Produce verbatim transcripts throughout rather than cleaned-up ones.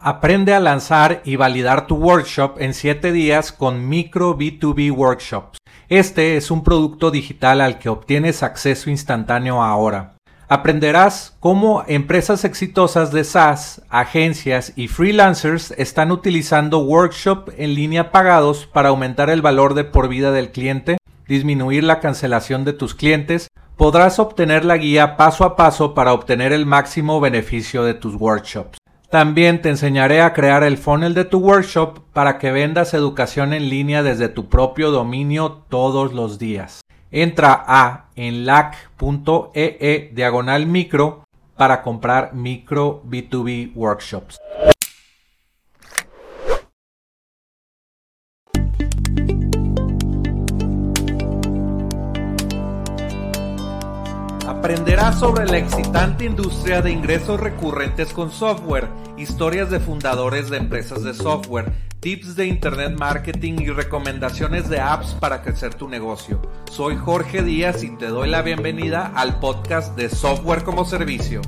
Aprende a lanzar y validar tu workshop en siete días con Micro B dos B Workshops. Este es un producto digital al que obtienes acceso instantáneo ahora. Aprenderás cómo empresas exitosas de SaaS, agencias y freelancers están utilizando workshop en línea pagados para aumentar el valor de por vida del cliente, disminuir la cancelación de tus clientes. Podrás obtener la guía paso a paso para obtener el máximo beneficio de tus workshops. También te enseñaré a crear el funnel de tu workshop para que vendas educación en línea desde tu propio dominio todos los días. Entra a enlac.ee diagonal micro para comprar Micro B dos B Workshops. Aprenderás sobre la excitante industria de ingresos recurrentes con software, historias de fundadores de empresas de software, tips de internet marketing y recomendaciones de apps para crecer tu negocio. Soy Jorge Díaz y te doy la bienvenida al podcast de Software como Servicio.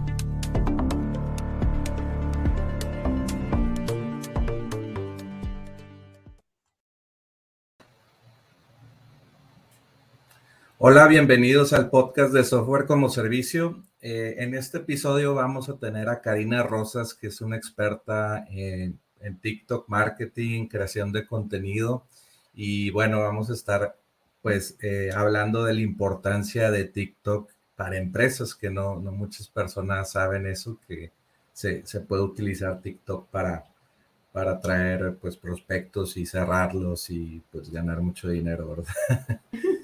Hola, bienvenidos al podcast de Software como Servicio. Eh, en este episodio vamos a tener a Karina Rosas, que es una experta en, en TikTok marketing, creación de contenido. Y bueno, vamos a estar pues eh, hablando de la importancia de TikTok para empresas, que no, no muchas personas saben eso, que se, se puede utilizar TikTok para, para atraer pues prospectos y cerrarlos y pues ganar mucho dinero, ¿verdad?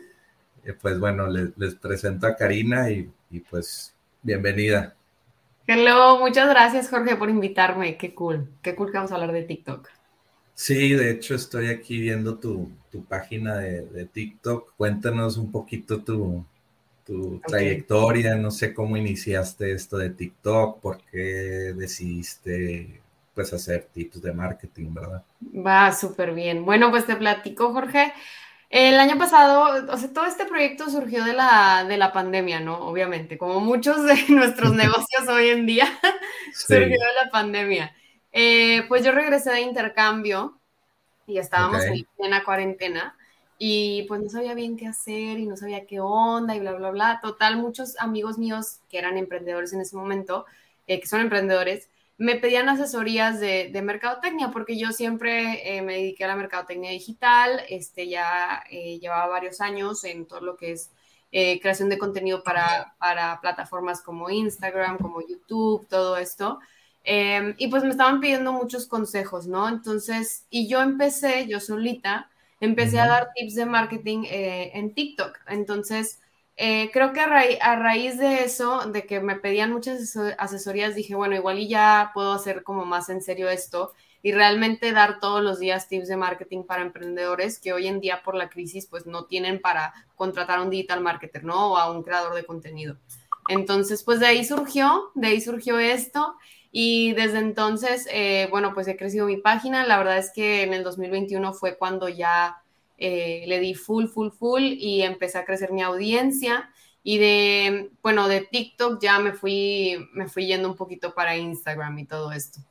Pues bueno, les, les presento a Karina y, y pues bienvenida. Hello, muchas gracias Jorge por invitarme, qué cool, qué cool que vamos a hablar de TikTok. Sí, de hecho estoy aquí viendo tu, tu página de, de TikTok. Cuéntanos un poquito tu, tu okay. trayectoria, no sé cómo iniciaste esto de TikTok, por qué decidiste pues hacer tips de marketing, ¿verdad? Va súper bien. Bueno, pues te platico, Jorge. El año pasado, o sea, todo este proyecto surgió de la, de la pandemia, ¿no? Obviamente, como muchos de nuestros negocios hoy en día, sí. Surgió de la pandemia. Eh, pues yo regresé de intercambio y estábamos okay. en plena cuarentena y pues no sabía bien qué hacer y no sabía qué onda y bla, bla, bla. Total, muchos amigos míos que eran emprendedores en ese momento, eh, que son emprendedores, me pedían asesorías de, de mercadotecnia, porque yo siempre eh, me dediqué a la mercadotecnia digital, este, ya eh, llevaba varios años en todo lo que es eh, creación de contenido para, para plataformas como Instagram, como YouTube, todo esto. Eh, y pues me estaban pidiendo muchos consejos, ¿no? Entonces, y yo empecé, yo solita, empecé uh-huh. a dar tips de marketing eh, en TikTok. Entonces, Eh, creo que a, ra- a raíz de eso, de que me pedían muchas asesorías, dije, bueno, igual y ya puedo hacer como más en serio esto y realmente dar todos los días tips de marketing para emprendedores que hoy en día por la crisis pues no tienen para contratar a un digital marketer, ¿no? O a un creador de contenido. Entonces, pues de ahí surgió, de ahí surgió esto y desde entonces, eh, bueno, pues he crecido mi página. La verdad es que en el dos mil veintiuno fue cuando ya Eh, le di full, full, full y empecé a crecer mi audiencia y de, bueno, de TikTok ya me fui, me fui yendo un poquito para Instagram y todo esto.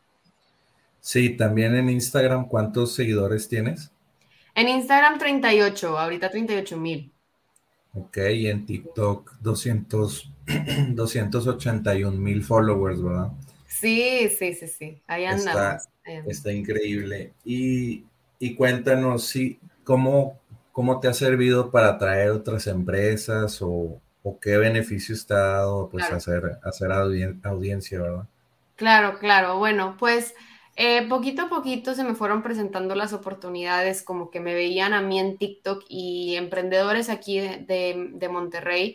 Sí, también en Instagram, ¿cuántos seguidores tienes? En Instagram treinta y ocho, ahorita treinta y ocho mil. Ok, y en TikTok doscientos, doscientos ochenta y un mil followers, ¿verdad? Sí, sí, sí, sí, ahí andamos. Está, está increíble. Y, y cuéntanos, sí, ¿cómo, ¿cómo te ha servido para atraer otras empresas o, o qué beneficios te ha dado pues, claro. hacer, hacer audien- audiencia, ¿verdad? Claro, claro. Bueno, pues eh, poquito a poquito se me fueron presentando las oportunidades, como que me veían a mí en TikTok y emprendedores aquí de, de, de Monterrey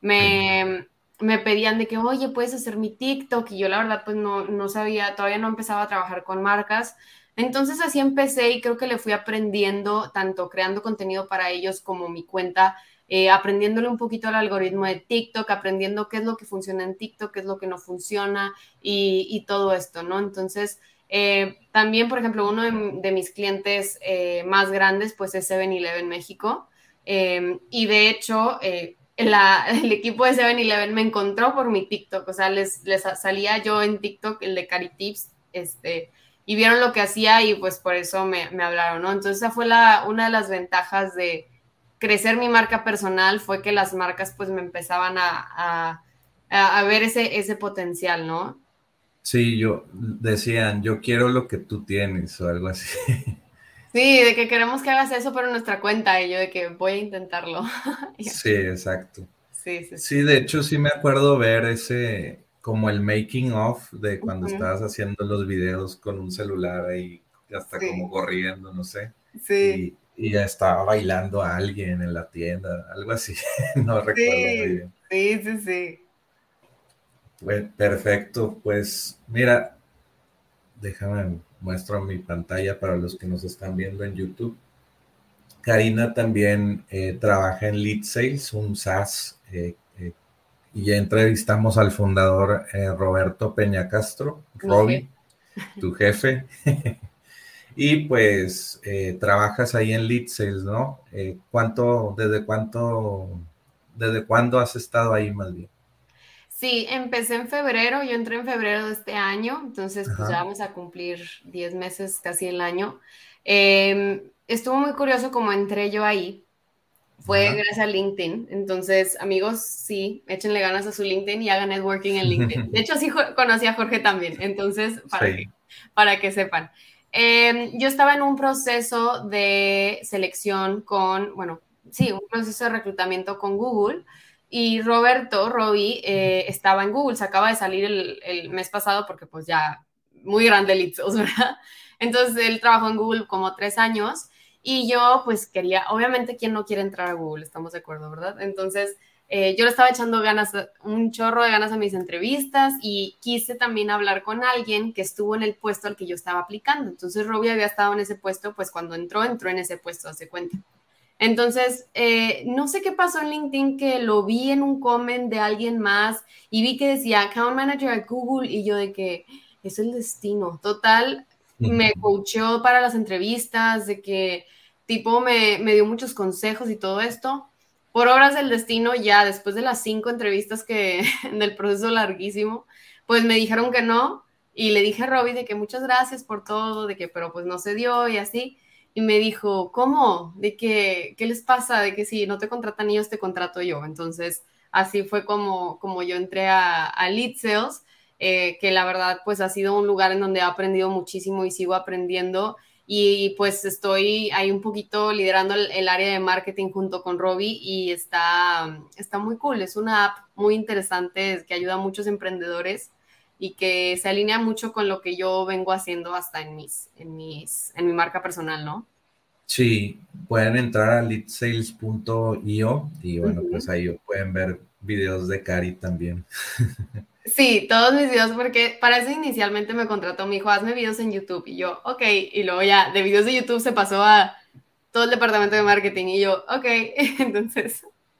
me, me pedían de que, oye, puedes hacer mi TikTok y yo la verdad pues no, no sabía, todavía no empezaba a trabajar con marcas. Entonces así empecé y creo que le fui aprendiendo, tanto creando contenido para ellos como mi cuenta. Eh, aprendiéndole un poquito al algoritmo de TikTok, aprendiendo qué es lo que funciona en TikTok, qué es lo que no funciona y, y todo esto, ¿no? Entonces, eh, también, por ejemplo, uno de, de mis clientes eh, más grandes, pues es seven eleven México, eh, y de hecho, eh, la, el equipo de seven eleven me encontró por mi TikTok, o sea, les, les salía yo en TikTok, el de Cari Tips, este, y vieron lo que hacía y pues por eso me, me hablaron, ¿no? Entonces esa fue la, una de las ventajas de crecer mi marca personal, fue que las marcas pues me empezaban a, a, a ver ese, ese potencial, ¿no? Sí, yo decían, yo quiero lo que tú tienes o algo así. Sí, de que queremos que hagas eso por nuestra cuenta y yo de que voy a intentarlo. Sí, exacto. Sí, sí, Sí, sí. de hecho sí me acuerdo ver ese, como el making of de cuando Ujú. estabas haciendo los videos con un celular ahí, hasta como Sí, corriendo, no sé, sí, y, y ya estaba bailando a alguien en la tienda, algo así, no recuerdo muy sí, bien. sí, sí, sí. Pues, perfecto, pues mira, déjame muestro mi pantalla para los que nos están viendo en YouTube. Karina también eh, trabaja en Lead Sales, un SaaS, eh, eh, y ya entrevistamos al fundador eh, Roberto Peña Castro, Mi Roby, jefe. tu jefe, y pues eh, trabajas ahí en Lead Sales, ¿no? Eh, ¿cuánto, desde cuánto, desde cuándo has estado ahí más bien? Sí, empecé en febrero, yo entré en febrero de este año, entonces pues ya Ajá, vamos a cumplir diez meses, casi el año. Eh, estuvo muy curioso cómo entré yo ahí, fue ajá. gracias a LinkedIn, entonces amigos, sí, échenle ganas a su LinkedIn y hagan networking en LinkedIn. De hecho, sí jo- conocí a Jorge también, entonces para que, Sí, para que sepan. Eh, yo estaba en un proceso de selección con, bueno, sí, un proceso de reclutamiento con Google. Y Roberto, Robbie, eh, estaba en Google, se acaba de salir el, el mes pasado porque pues ya muy grande el Ipsos, ¿verdad? Entonces él trabajó en Google como tres años y yo pues quería, obviamente, ¿quién no quiere entrar a Google? Estamos de acuerdo, ¿verdad? Entonces eh, yo le estaba echando ganas, un chorro de ganas a mis entrevistas y quise también hablar con alguien que estuvo en el puesto al que yo estaba aplicando. Entonces Robbie había estado en ese puesto, pues cuando entró, entró en ese puesto, hace cuenta. Entonces, eh, no sé qué pasó en LinkedIn que lo vi en un comment de alguien más y vi que decía Account Manager at Google y yo de que es el destino. Total, me coacheó para las entrevistas, de que tipo me, me dio muchos consejos y todo esto. Por obras del destino, ya después de las cinco entrevistas que del proceso larguísimo, pues me dijeron que no y le dije a Robbie de que muchas gracias por todo, de que pero pues no se dio y así. Y me dijo, ¿cómo? ¿De que, qué les pasa? De que si no te contratan ellos, te contrato yo. Entonces, así fue como, como yo entré a, a Lead Sales, eh, que la verdad, pues ha sido un lugar en donde he aprendido muchísimo y sigo aprendiendo. Y pues estoy ahí un poquito liderando el, el área de marketing junto con Robbie y está, está muy cool. Es una app muy interesante que ayuda a muchos emprendedores y que se alinea mucho con lo que yo vengo haciendo hasta en mis, en mis, en mi marca personal, ¿no? sí, pueden entrar a lead sales punto io y bueno, pues Ujú. ahí pueden ver videos de Cari también. Sí, todos mis videos, porque para eso inicialmente me contrató mi hijo, hazme videos en YouTube, y yo, ok, y luego ya de videos de YouTube se pasó a todo el departamento de marketing, y yo, ok, entonces,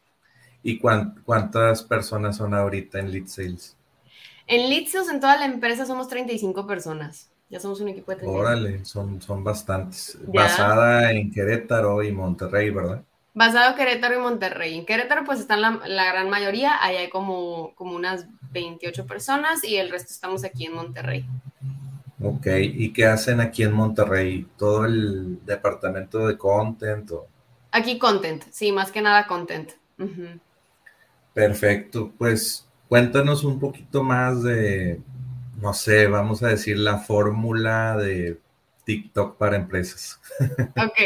¿Y cuán- cuántas personas son ahorita en lead sales? en Litzios, en toda la empresa, somos treinta y cinco personas, ya somos un equipo de treinta y cinco. Órale, son, son bastantes. Ya, Basada en Querétaro y Monterrey, ¿verdad? basado en Querétaro y Monterrey. En Querétaro pues están la, la gran mayoría, ahí hay como, como unas veintiocho personas y el resto estamos aquí en Monterrey. Ok, ¿y qué hacen aquí en Monterrey? ¿Todo el departamento de content? o- Aquí content, sí, más que nada content. Ujú. Perfecto, pues cuéntanos un poquito más de, no sé, vamos a decir la fórmula de TikTok para empresas. Ok,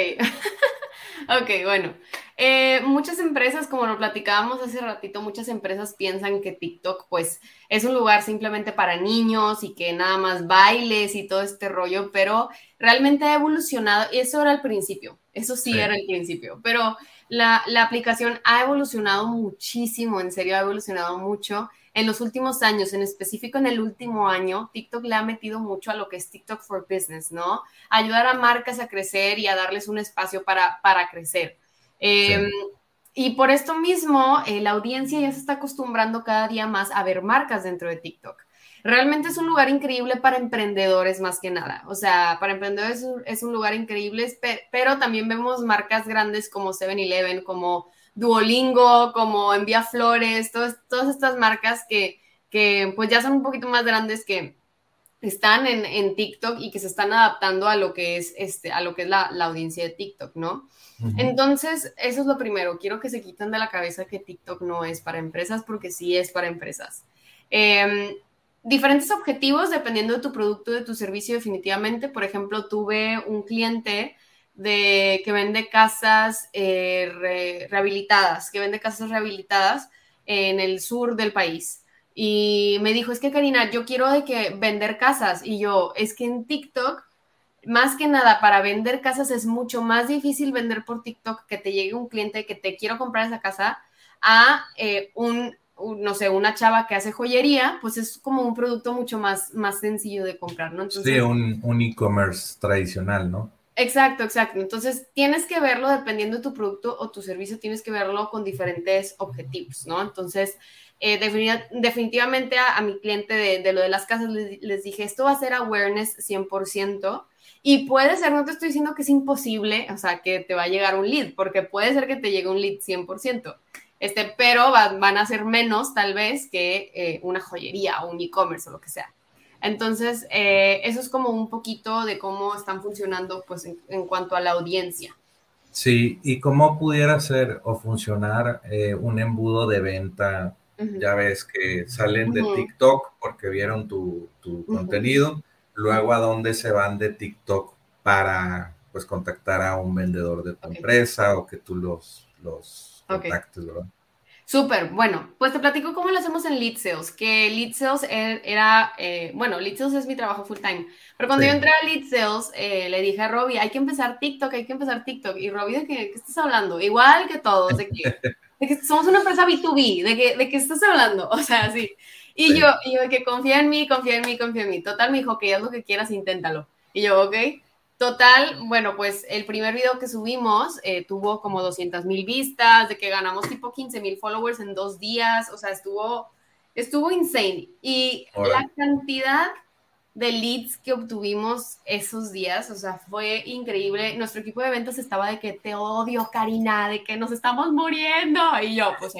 ok, bueno. Eh, muchas empresas, como lo platicábamos hace ratito, muchas empresas piensan que TikTok pues es un lugar simplemente para niños y que nada más bailes y todo este rollo, pero realmente ha evolucionado, y eso era el principio, eso sí Sí, era el principio, pero la, la aplicación ha evolucionado muchísimo, en serio ha evolucionado mucho. En los últimos años, en específico en el último año, TikTok le ha metido mucho a lo que es TikTok for Business, ¿no? Ayudar a marcas a crecer y a darles un espacio para, para crecer. Eh, sí, y por esto mismo, eh, la audiencia ya se está acostumbrando cada día más a ver marcas dentro de TikTok. Realmente es un lugar increíble para emprendedores más que nada. O sea, para emprendedores es un, es un lugar increíble, pero también vemos marcas grandes como seven eleven, como Duolingo, como Envía Flores, todas, todas estas marcas que, que pues ya son un poquito más grandes que, están en, en TikTok y que se están adaptando a lo que es, este, a lo que es la, la audiencia de TikTok, ¿no? Uh-huh. Entonces, eso es lo primero. Quiero que se quiten de la cabeza que TikTok no es para empresas, porque sí es para empresas. Eh, diferentes objetivos dependiendo de tu producto, de tu servicio, definitivamente. Por ejemplo, tuve un cliente de, que vende casas eh, re, rehabilitadas, que vende casas rehabilitadas en el sur del país. Y me dijo, es que Karina, yo quiero de que vender casas. Y yo, es que en TikTok, más que nada, para vender casas es mucho más difícil vender por TikTok, que te llegue un cliente que te quiero comprar esa casa, a eh, un, un, no sé, una chava que hace joyería, pues es como un producto mucho más, más sencillo de comprar, ¿no? Entonces, sí, un, un e-commerce tradicional, ¿no? Exacto, exacto. Entonces, tienes que verlo dependiendo de tu producto o tu servicio, tienes que verlo con diferentes objetivos, ¿no? Entonces, eh, definitivamente a, a mi cliente de, de lo de las casas les, les dije, esto va a ser awareness cien por ciento y puede ser, no te estoy diciendo que es imposible, o sea, que te va a llegar un lead, porque puede ser que te llegue un lead cien por ciento, este, pero va, van a ser menos tal vez que eh, una joyería o un e-commerce o lo que sea. Entonces, eh, eso es como un poquito de cómo están funcionando, pues, en, en cuanto a la audiencia. Sí, y cómo pudiera ser o funcionar eh, un embudo de venta. Uh-huh. Ya ves que salen de uh-huh. TikTok porque vieron tu, tu uh-huh. contenido, luego a dónde se van de TikTok para, pues, contactar a un vendedor de tu okay. empresa o que tú los, los contactes, okay. ¿verdad? Súper, bueno, pues te platico cómo lo hacemos en Lead Sales, que Lead Sales era, eh, bueno, Lead Sales es mi trabajo full time, pero cuando sí. yo entré a Lead Sales, eh, le dije a Robbie, hay que empezar TikTok, hay que empezar TikTok, y Robbie, ¿de qué, qué estás hablando? Igual que todos, de que, de que somos una empresa B dos B, de que, de qué estás hablando, o sea, sí, y sí. yo, y yo, de que confía en mí, confía en mí, confía en mí, total, me dijo, que haz lo que quieras, inténtalo, y yo, ok. Total, bueno, pues el primer video que subimos eh, tuvo como doscientas mil vistas, de que ganamos tipo quince mil followers en dos días, o sea, estuvo, estuvo insane. Y Hola. La cantidad de leads que obtuvimos esos días, o sea, fue increíble. Nuestro equipo de ventas estaba de que te odio, Karina, de que nos estamos muriendo. Y yo, pues,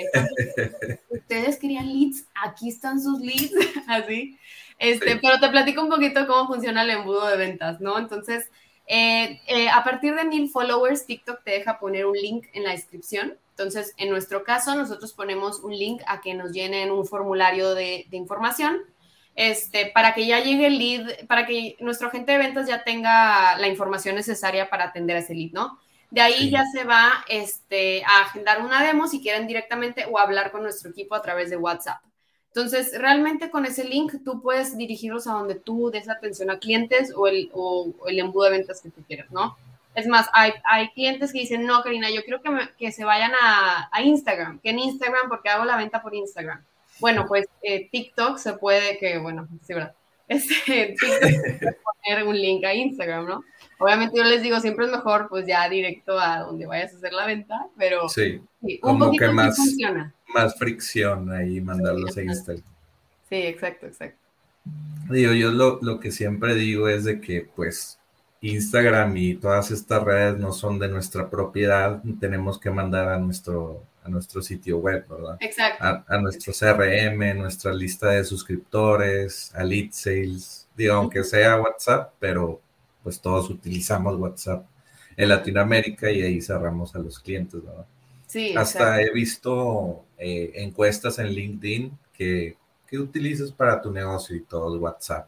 ustedes querían leads, aquí están sus leads, así. Este, sí. Pero te platico un poquito cómo funciona el embudo de ventas, ¿no? Entonces, Eh, eh, a partir de mil followers, TikTok te deja poner un link en la descripción. Entonces, en nuestro caso, nosotros ponemos un link a que nos llenen un formulario de, de información este, para que ya llegue el lead, para que nuestro agente de ventas ya tenga la información necesaria para atender a ese lead, ¿no? De ahí sí. ya se va este, a agendar una demo si quieren directamente o hablar con nuestro equipo a través de WhatsApp. Entonces, realmente con ese link tú puedes dirigirlos a donde tú des atención a clientes o el, o, o el embudo de ventas que tú quieras, ¿no? Es más, hay, hay clientes que dicen, no, Karina, yo quiero que, me, que se vayan a, a Instagram, que en Instagram, porque hago la venta por Instagram. Bueno, pues eh, TikTok se puede, que bueno, sí, ¿verdad? Este, TikTok se puede poner un link a Instagram, ¿no? Obviamente yo les digo, siempre es mejor, pues ya directo a donde vayas a hacer la venta, pero sí, sí, un como poquito que más, sí funciona. Más fricción ahí, mandarlos sí, a Instagram. Sí, exacto, exacto. Digo, yo lo, lo que siempre digo es de que, pues, Instagram y todas estas redes no son de nuestra propiedad, tenemos que mandar a nuestro, a nuestro sitio web, ¿verdad? Exacto. A, a nuestro C R M, nuestra lista de suscriptores, a lead sales, digo, aunque sea WhatsApp, pero pues todos utilizamos WhatsApp en Latinoamérica y ahí cerramos a los clientes, ¿verdad? Sí, hasta exacto. he visto eh, encuestas en LinkedIn que, que utilizas para tu negocio y todo, WhatsApp.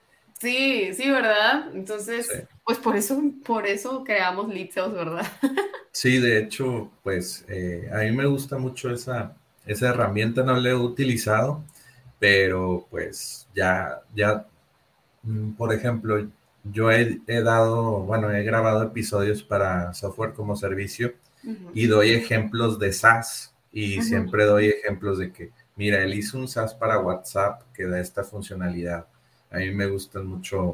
Sí, sí, ¿verdad? Entonces, sí. pues por eso, por eso creamos Lead Sales, ¿verdad? Sí, de hecho, pues eh, a mí me gusta mucho esa, esa herramienta, no la he utilizado, pero pues ya, ya, por ejemplo, yo he, he dado, bueno, he grabado episodios para software como servicio uh-huh. y doy ejemplos de SaaS y uh-huh. siempre doy ejemplos de que, mira, él hizo un SaaS para WhatsApp que da esta funcionalidad. A mí me gustan mucho,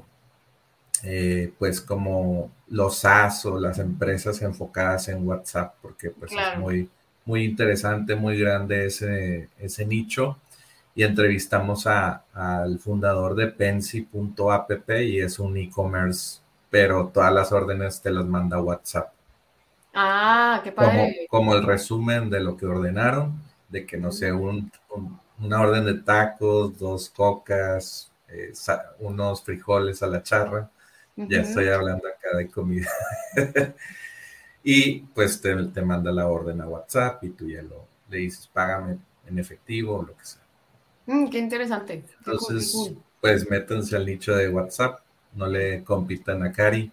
eh, pues, como los SaaS o las empresas enfocadas en WhatsApp, porque pues claro. es muy, muy interesante, muy grande ese, ese nicho. Y entrevistamos a, al fundador de Pensi punto app y es un e-commerce, pero todas las órdenes te las manda WhatsApp. Ah, qué Como, padre. como el resumen de lo que ordenaron, de que no sé, un, un, una orden de tacos, dos cocas, eh, sa- unos frijoles a la charra. Uh-huh. Ya estoy hablando acá de comida. Y pues te, te manda la orden a WhatsApp y tú ya lo, le dices, págame en efectivo o lo que sea. Mm, qué interesante. Entonces, qué cool, qué cool. Pues métanse al nicho de WhatsApp, no le compitan a Cari.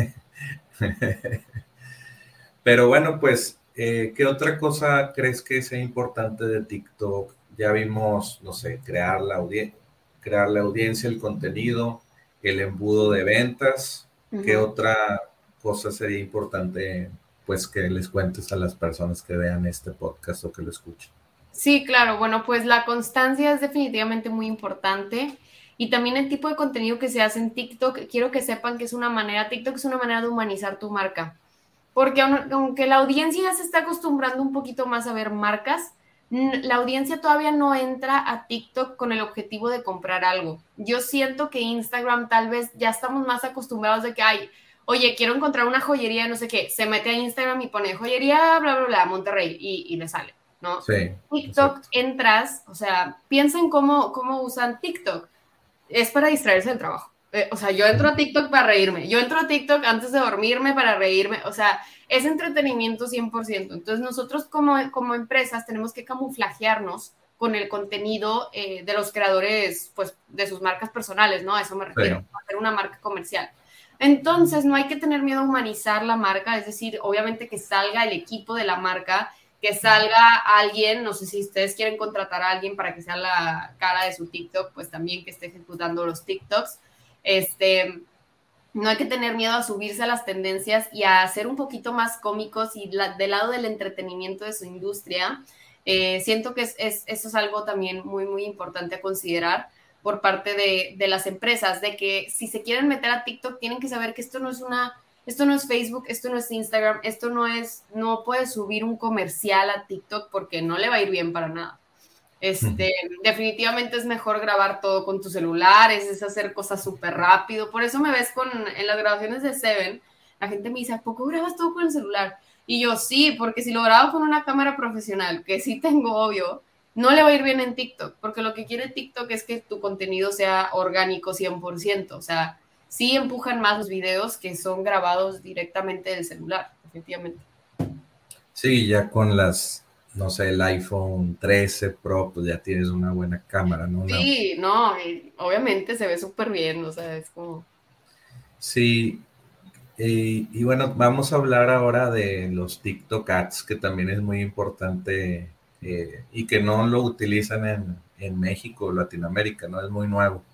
Pero bueno, pues, eh, ¿qué otra cosa crees que sea importante de TikTok? Ya vimos, no sé, crear la, audien- crear la audiencia, el contenido, el embudo de ventas. Uh-huh. ¿Qué otra cosa sería importante, pues, que les cuentes a las personas que vean este podcast o que lo escuchen? Sí, claro. Bueno, pues la constancia es definitivamente muy importante. Y también el tipo de contenido que se hace en TikTok. Quiero que sepan que es una manera, TikTok es una manera de humanizar tu marca. Porque aunque la audiencia ya se está acostumbrando un poquito más a ver marcas, la audiencia todavía no entra a TikTok con el objetivo de comprar algo. Yo siento que Instagram tal vez ya estamos más acostumbrados de que, ay, oye, quiero encontrar una joyería, no sé qué, se mete a Instagram y pone joyería, bla, bla, bla, Monterrey, y, y le sale, ¿no? Sí. TikTok, exacto. Entras, o sea, piensen cómo, cómo usan TikTok. Es para distraerse del trabajo. Eh, o sea, yo entro a TikTok para reírme. Yo entro a TikTok antes de dormirme para reírme. O sea, es entretenimiento cien por ciento. Entonces, nosotros como, como empresas tenemos que camuflajearnos con el contenido eh, de los creadores, pues, de sus marcas personales, ¿no? A eso me refiero, sí. Hacer una marca comercial. Entonces, no hay que tener miedo a humanizar la marca, es decir, obviamente que salga el equipo de la marca, que salga alguien, no sé si ustedes quieren contratar a alguien para que sea la cara de su TikTok, pues también que esté ejecutando los TikToks. Este, no hay que tener miedo a subirse a las tendencias y a ser un poquito más cómicos y la, del lado del entretenimiento de su industria. Eh, siento que es, es, eso es algo también muy, muy importante a considerar por parte de, de las empresas, de que si se quieren meter a TikTok tienen que saber que esto no es una... Esto no es Facebook, esto no es Instagram, esto no es, no puedes subir un comercial a TikTok porque no le va a ir bien para nada. Este, uh-huh. Definitivamente es mejor grabar todo con tu celular, es, es hacer cosas súper rápido. Por eso me ves con, en las grabaciones de Seven, la gente me dice, ¿a poco grabas todo con el celular? Y yo, sí, porque si lo grabo con una cámara profesional, que sí tengo, obvio, no le va a ir bien en TikTok, porque lo que quiere TikTok es que tu contenido sea orgánico cien por ciento, o sea, sí empujan más los videos que son grabados directamente del celular, definitivamente. Sí, ya con las, no sé, el iPhone trece Pro, pues ya tienes una buena cámara, ¿no? Sí, no, obviamente se ve súper bien, o sea, es como... Sí, y, y bueno, vamos a hablar ahora de los TikTok Ads, que también es muy importante eh, y que no lo utilizan en, en México o Latinoamérica, ¿no? Es muy nuevo.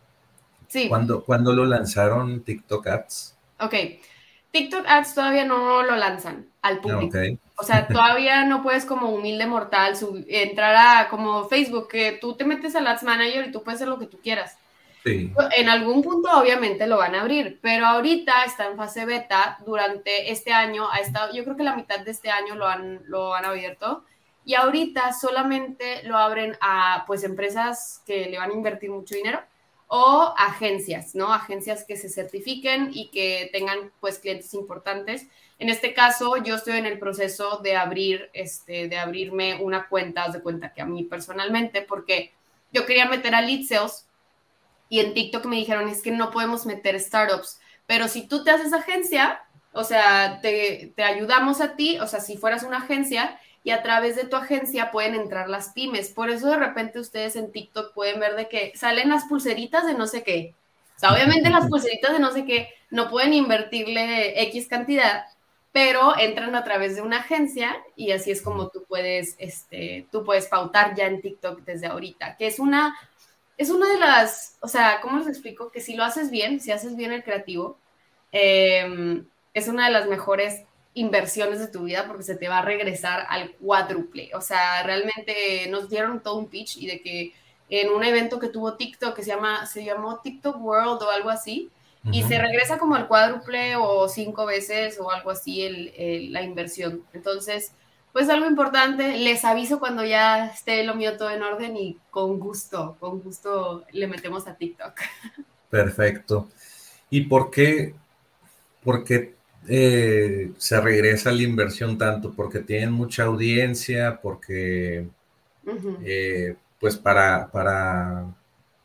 Sí. ¿Cuándo, ¿Cuándo lo lanzaron TikTok Ads? Ok, TikTok Ads todavía no lo lanzan al público. Okay. O sea, todavía no puedes como humilde mortal sub, entrar a como Facebook, que tú te metes al Ads Manager y tú puedes hacer lo que tú quieras. Sí. En algún punto obviamente lo van a abrir, pero ahorita está en fase beta. Durante este año ha estado, yo creo que la mitad de este año lo han, lo han abierto, y ahorita solamente lo abren a pues empresas que le van a invertir mucho dinero o agencias, ¿no? Agencias que se certifiquen y que tengan pues clientes importantes. En este caso, yo estoy en el proceso de abrir, este, de abrirme una cuenta, haz de cuenta que a mí personalmente, porque yo quería meter a Lead Sales y en TikTok me dijeron, es que no podemos meter startups, pero si tú te haces agencia, o sea, te, te ayudamos a ti, o sea, si fueras una agencia, y a través de tu agencia pueden entrar las pymes. Por eso de repente ustedes en TikTok pueden ver de que salen las pulseritas de no sé qué. O sea, obviamente las pulseritas de no sé qué no pueden invertirle X cantidad, pero entran a través de una agencia y así es como tú puedes, este, tú puedes pautar ya en TikTok desde ahorita, que es una, es una de las, o sea, ¿cómo les explico? Que si lo haces bien, si haces bien el creativo, eh, es una de las mejores inversiones de tu vida porque se te va a regresar al cuádruple. O sea, realmente nos dieron todo un pitch y de que en un evento que tuvo TikTok que se llama, se llamó TikTok World o algo así, uh-huh. y se regresa como al cuádruple o cinco veces o algo así el, el, la inversión. Entonces, pues algo importante, les aviso cuando ya esté lo mío todo en orden y con gusto, con gusto le metemos a TikTok. Perfecto. ¿Y por qué, por qué eh, se regresa la inversión tanto? Porque tienen mucha audiencia, porque uh-huh. eh, pues para, para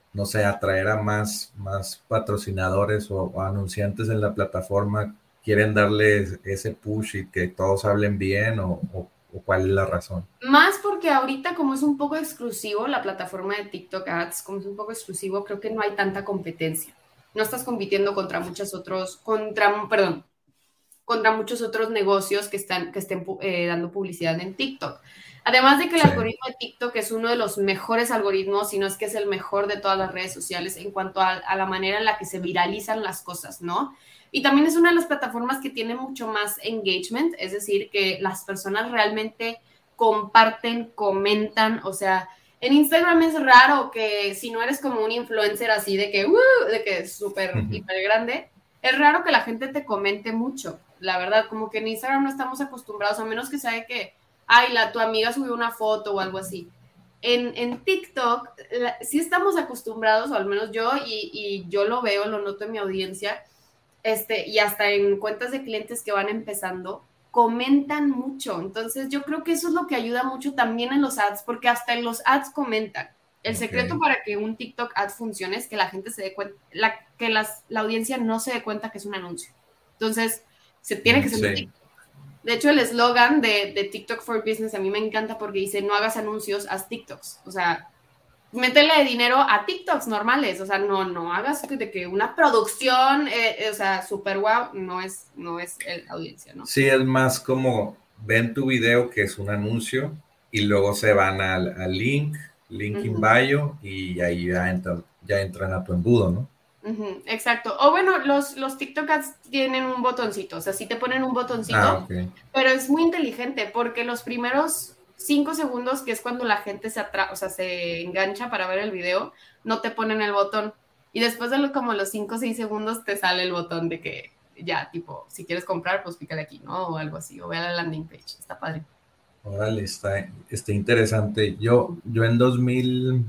no sé, atraer a más, más patrocinadores o, o anunciantes en la plataforma, quieren darle ese push y que todos hablen bien o, o, o cuál es la razón. Más porque ahorita como es un poco exclusivo la plataforma de TikTok Ads, como es un poco exclusivo, creo que no hay tanta competencia. No estás compitiendo contra muchos otros, contra, perdón, contra muchos otros negocios que, están, que estén eh, dando publicidad en TikTok. Además de que el Sí. algoritmo de TikTok es uno de los mejores algoritmos, si no es que es el mejor de todas las redes sociales en cuanto a, a la manera en la que se viralizan las cosas, ¿no? Y también es una de las plataformas que tiene mucho más engagement, es decir, que las personas realmente comparten, comentan, o sea, en Instagram es raro que si no eres como un influencer así de que, uh, de que es súper, uh-huh. hiper grande, es raro que la gente te comente mucho, la verdad, como que en Instagram no estamos acostumbrados, a menos que sea de que, ay, la, tu amiga subió una foto o algo así. En, en TikTok la, sí estamos acostumbrados, o al menos yo, y, y yo lo veo, lo noto en mi audiencia, este, y hasta en cuentas de clientes que van empezando, comentan mucho. Entonces yo creo que eso es lo que ayuda mucho también en los ads, porque hasta en los ads comentan. El okay. secreto para que un TikTok ad funcione es que la gente se dé cuenta, la, que las, la audiencia no se dé cuenta que es un anuncio. Entonces, se tiene que ser sí. un TikTok. De hecho, el eslogan de, de TikTok for Business a mí me encanta porque dice, no hagas anuncios, haz TikToks. O sea, métele dinero a TikToks normales. O sea, no, no hagas de que una producción, eh, o sea, super wow, no es, no es la audiencia, ¿no? Sí, es más como ven tu video que es un anuncio y luego se van al, al link, link uh-huh. in bio y ahí ya entran, ya entran a tu embudo, ¿no? Uh-huh, exacto. O bueno, los, los TikTok ads tienen un botoncito, o sea, sí te ponen un botoncito, ah, okay. pero es muy inteligente porque los primeros cinco segundos, que es cuando la gente se atra- o sea, se engancha para ver el video, no te ponen el botón. Y después de lo, como los cinco o seis segundos te sale el botón de que ya, tipo, si quieres comprar, pues pícale aquí, ¿no? O algo así, o ve a la landing page, está padre. Órale, está, está interesante. Yo, yo en dos mil...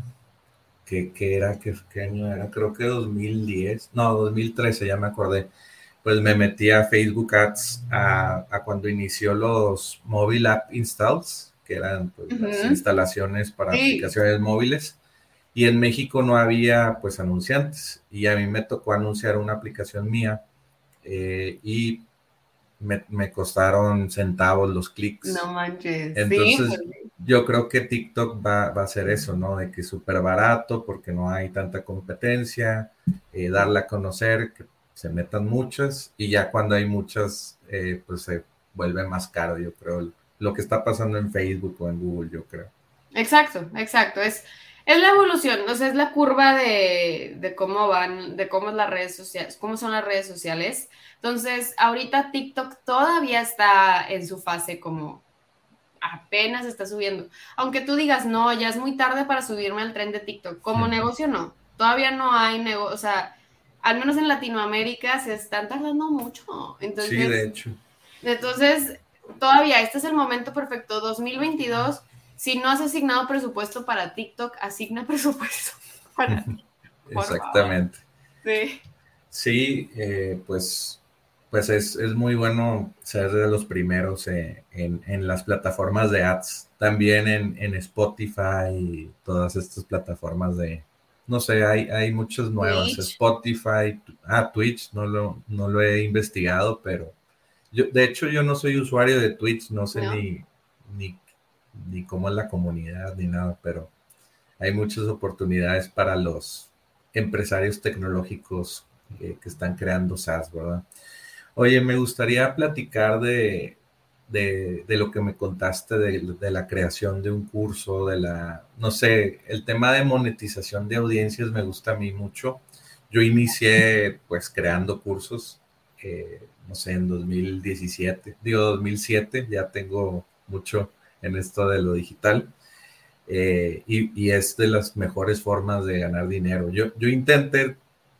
¿Qué, qué era? ¿Qué, ¿Qué año era? Creo que dos mil diez, no, dos mil trece, ya me acordé. Pues me metí a Facebook Ads a, a cuando inició los Mobile App Installs, que eran pues, uh-huh. las instalaciones para sí. aplicaciones móviles. Y en México no había pues anunciantes. Y a mí me tocó anunciar una aplicación mía eh, y me, me costaron centavos los clics. No manches. Entonces, sí. yo creo que TikTok va, va a hacer eso, ¿no? De que es súper barato porque no hay tanta competencia, eh, darla a conocer, que se metan muchas y ya cuando hay muchas, eh, pues se vuelve más caro, yo creo. Lo que está pasando en Facebook o en Google, yo creo. Exacto, exacto. Es, es la evolución, o sea, es la curva de, de cómo van, de cómo es las redes sociales, cómo son las redes sociales. Entonces, ahorita TikTok todavía está en su fase como apenas está subiendo. Aunque tú digas, no, ya es muy tarde para subirme al tren de TikTok. Como sí. negocio, no. Todavía no hay negocio, o sea, al menos en Latinoamérica se están tardando mucho. Entonces, sí, de hecho. Entonces, todavía, este es el momento perfecto. dos mil veintidós, si no has asignado presupuesto para TikTok, asigna presupuesto para ti. Exactamente. Favor. Sí. Sí, eh, pues... Pues es, es muy bueno ser de los primeros eh, en, en las plataformas de ads, también en, en Spotify y todas estas plataformas de, no sé, hay, hay muchas nuevas, Twitch. Spotify, ah, Twitch, no lo, no lo he investigado, pero yo, de hecho yo no soy usuario de Twitch, no sé no. Ni, ni, ni cómo es la comunidad ni nada, pero hay muchas oportunidades para los empresarios tecnológicos eh, que están creando SaaS, ¿verdad? Oye, me gustaría platicar de, de, de lo que me contaste de, de la creación de un curso, de la, no sé, el tema de monetización de audiencias me gusta a mí mucho. Yo inicié pues creando cursos, eh, no sé, en dos mil diecisiete, digo dos mil siete, ya tengo mucho en esto de lo digital eh, y, y es de las mejores formas de ganar dinero. Yo, yo intenté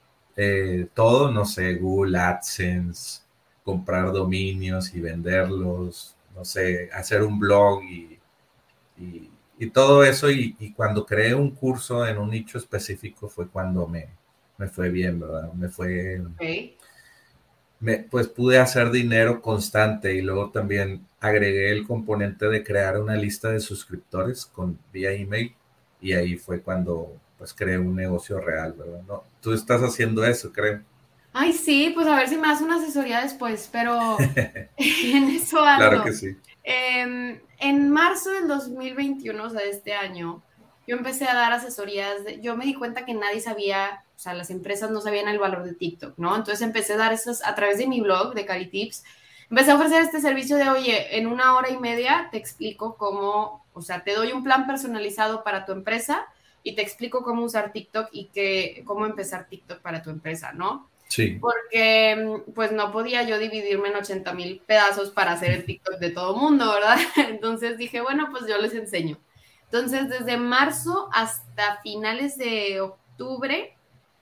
Eh, todo, no sé, Google AdSense, comprar dominios y venderlos, no sé, hacer un blog y, y, y todo eso. Y, y cuando creé un curso en un nicho específico fue cuando me, me fue bien, ¿verdad? Me fue... Okay. Me, pues pude hacer dinero constante y luego también agregué el componente de crear una lista de suscriptores con, vía email y ahí fue cuando pues cree un negocio real, ¿verdad? ¿No? Tú estás haciendo eso, creo. Ay, sí, pues a ver si me das una asesoría después, pero en eso ando. Claro que sí. Eh, en marzo del dos mil veintiuno, o sea, de este año, yo empecé a dar asesorías. De, yo me di cuenta que nadie sabía, o sea, las empresas no sabían el valor de TikTok, ¿no? Entonces empecé a dar esas a través de mi blog de CariTips. Empecé a ofrecer este servicio de, oye, en una hora y media te explico cómo, o sea, te doy un plan personalizado para tu empresa y te explico cómo usar TikTok y que, cómo empezar TikTok para tu empresa, ¿no? Sí. Porque pues no podía yo dividirme en ochenta mil pedazos para hacer el TikTok de todo mundo, ¿verdad? Entonces dije, bueno, pues yo les enseño. Entonces, desde marzo hasta finales de octubre,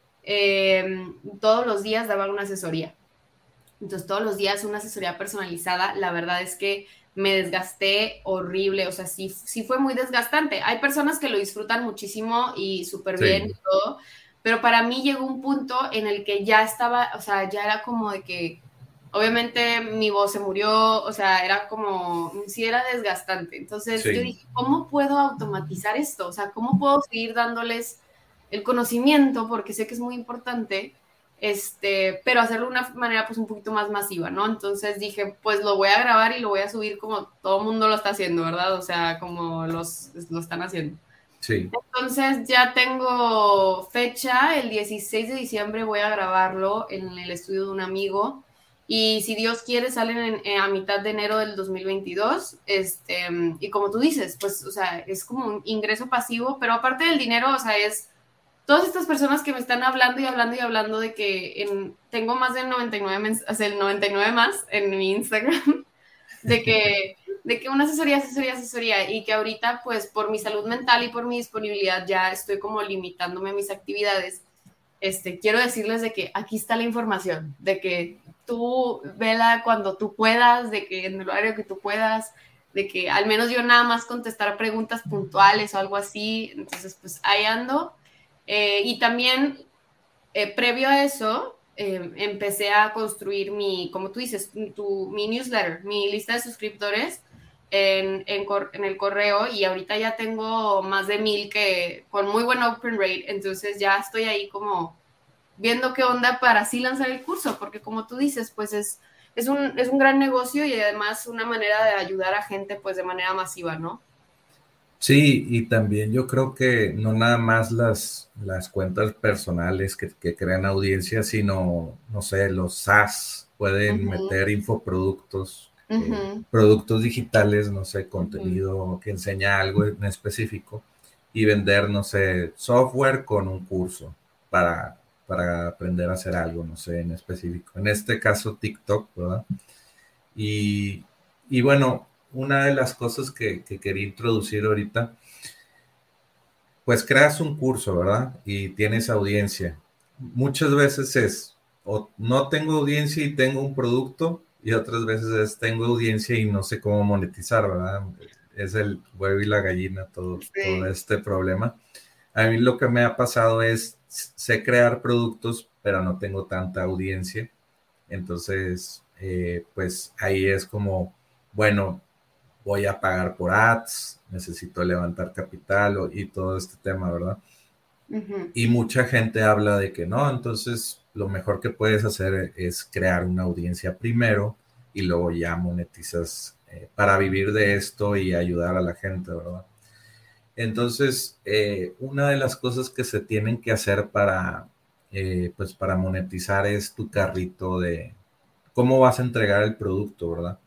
eh, todos los días daba una asesoría. Entonces, todos los días una asesoría personalizada. La verdad es que me desgasté horrible, o sea, sí, sí fue muy desgastante. Hay personas que lo disfrutan muchísimo y súper Sí. bien y todo, pero para mí llegó un punto en el que ya estaba, o sea, ya era como de que, obviamente mi voz se murió, o sea, era como, sí era desgastante. Entonces Sí. yo dije, ¿cómo puedo automatizar esto? O sea, ¿cómo puedo seguir dándoles el conocimiento? Porque sé que es muy importante, este, pero hacerlo de una manera pues un poquito más masiva, ¿no? Entonces dije, pues lo voy a grabar y lo voy a subir como todo el mundo lo está haciendo, ¿verdad? O sea, como los lo están haciendo. Sí. Entonces ya tengo fecha, el dieciséis de diciembre voy a grabarlo en el estudio de un amigo y si Dios quiere salen en, en, a mitad de enero del dos mil veintidós, este, y como tú dices, pues, o sea, es como un ingreso pasivo, pero aparte del dinero, o sea, es todas estas personas que me están hablando y hablando y hablando de que en, tengo más del noventa y nueve, o sea, el noventa y nueve más en mi Instagram, de que, de que una asesoría, asesoría, asesoría, y que ahorita, pues, por mi salud mental y por mi disponibilidad ya estoy como limitándome a mis actividades. Este, quiero decirles de que aquí está la información, de que tú vela cuando tú puedas, de que en el horario que tú puedas, de que al menos yo nada más contestar preguntas puntuales o algo así. Entonces, pues, ahí ando. Eh, y también, eh, previo a eso, eh, empecé a construir mi, como tú dices, tu, mi newsletter, mi lista de suscriptores en, en, en el correo, y ahorita ya tengo más de mil que con muy buen open rate. Entonces ya estoy ahí como viendo qué onda para así lanzar el curso, porque como tú dices, pues es, es, un, es un gran negocio y además una manera de ayudar a gente pues de manera masiva, ¿no? Sí, y también yo creo que no nada más las, las cuentas personales que, que crean audiencia, sino, no sé, los SaaS pueden uh-huh. meter infoproductos, uh-huh. eh, productos digitales, no sé, contenido uh-huh. que enseña algo en específico y vender, no sé, software con un curso para, para aprender a hacer algo, no sé, en específico. En este caso, TikTok, ¿verdad? Y, y bueno, una de las cosas que, que quería introducir ahorita, pues creas un curso, ¿verdad? Y tienes audiencia. Muchas veces es, o no tengo audiencia y tengo un producto, y otras veces es, tengo audiencia y no sé cómo monetizar, ¿verdad? Es el huevo y la gallina, todo, sí. todo este problema. A mí lo que me ha pasado es, sé crear productos, pero no tengo tanta audiencia. Entonces, eh, pues ahí es como, bueno, voy a pagar por ads, necesito levantar capital o, y todo este tema, ¿verdad? Uh-huh. Y mucha gente habla de que no, entonces lo mejor que puedes hacer es crear una audiencia primero y luego ya monetizas eh, para vivir de esto y ayudar a la gente, ¿verdad? Entonces, eh, una de las cosas que se tienen que hacer para, eh, pues para monetizar es tu carrito de cómo vas a entregar el producto, ¿verdad?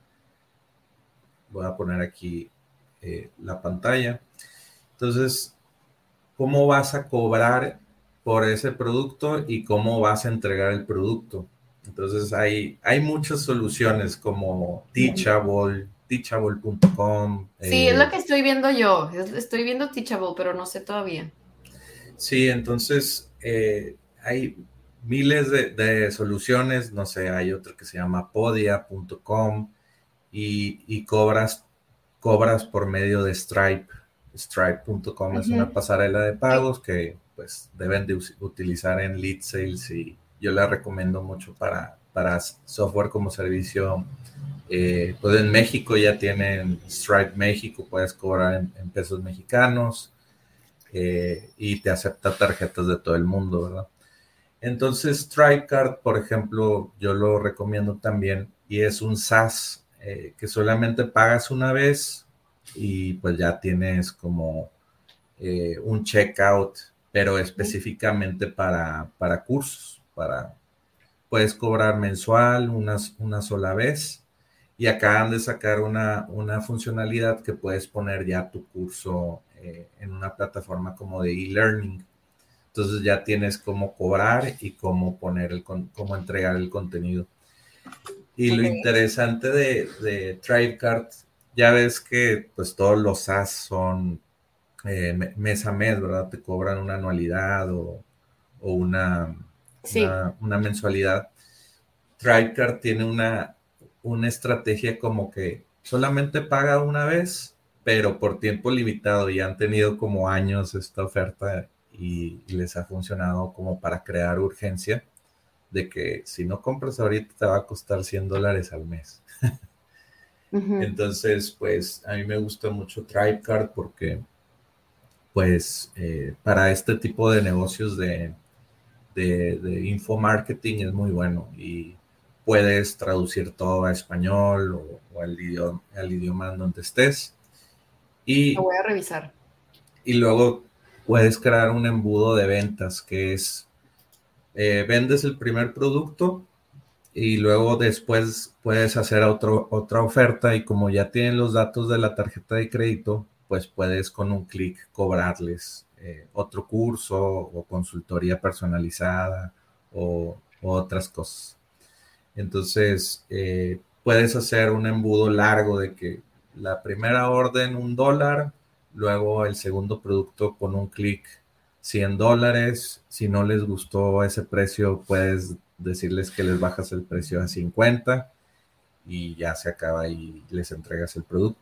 Voy a poner aquí eh, la pantalla. Entonces, ¿cómo vas a cobrar por ese producto y cómo vas a entregar el producto? Entonces, hay, hay muchas soluciones como Teachable, teachable punto com. Sí, eh, es lo que estoy viendo yo. Estoy viendo Teachable, pero no sé todavía. Sí, entonces eh, hay miles de, de soluciones. No sé, hay otro que se llama podia punto com. Y, y cobras, cobras por medio de Stripe. Stripe punto com uh-huh. es una pasarela de pagos que pues deben de utilizar en lead sales y yo la recomiendo mucho para, para software como servicio. Eh, pues en México ya tienen Stripe México, puedes cobrar en, en pesos mexicanos. eh, y te acepta tarjetas de todo el mundo, ¿verdad? Entonces, Stripecard, por ejemplo, yo lo recomiendo también y es un SaaS eh, que solamente pagas una vez y pues ya tienes como eh, un checkout, pero específicamente para, para cursos, para, puedes cobrar mensual una, una sola vez y acaban de sacar una, una funcionalidad que puedes poner ya tu curso eh, en una plataforma como de e-learning. Entonces ya tienes cómo cobrar y cómo poner el, cómo entregar el contenido. Y okay. Lo interesante de, de Stripecard, ya ves que pues todos los SaaS son eh, mes a mes, ¿verdad? Te cobran una anualidad o, o una, sí. una, una mensualidad. Stripecard tiene una, una estrategia como que solamente paga una vez, pero por tiempo limitado, y han tenido como años esta oferta y, y les ha funcionado como para crear urgencia de que si no compras ahorita te va a costar cien dólares al mes. Uh-huh. Entonces, pues a mí me gusta mucho Stripecard porque pues eh, para este tipo de negocios de, de, de infomarketing es muy bueno y puedes traducir todo a español o, o al, idioma, al idioma en donde estés. Y, lo voy a revisar. Y luego puedes crear un embudo de ventas que es, eh, vendes el primer producto y luego después puedes hacer otro, otra oferta y como ya tienen los datos de la tarjeta de crédito, pues puedes con un clic cobrarles eh, otro curso o consultoría personalizada o, o otras cosas. Entonces, eh, puedes hacer un embudo largo de que la primera orden un dólar, luego el segundo producto con un clic cien dólares. Si no les gustó ese precio, puedes decirles que les bajas el precio a cincuenta y ya se acaba y les entregas el producto.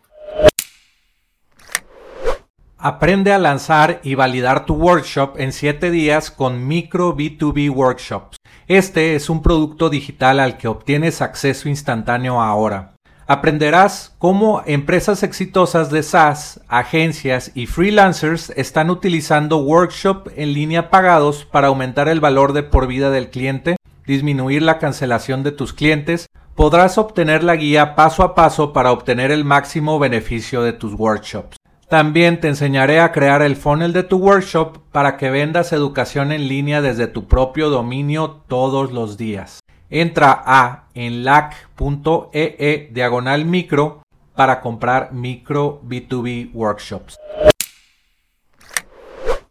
Aprende a lanzar y validar tu workshop en siete días con Micro B dos B Workshops. Este es un producto digital al que obtienes acceso instantáneo ahora. Aprenderás cómo empresas exitosas de SaaS, agencias y freelancers están utilizando workshop en línea pagados para aumentar el valor de por vida del cliente, disminuir la cancelación de tus clientes. Podrás obtener la guía paso a paso para obtener el máximo beneficio de tus workshops. También te enseñaré a crear el funnel de tu workshop para que vendas educación en línea desde tu propio dominio todos los días. Entra a enlac.ee diagonal micro para comprar Micro B dos B Workshops.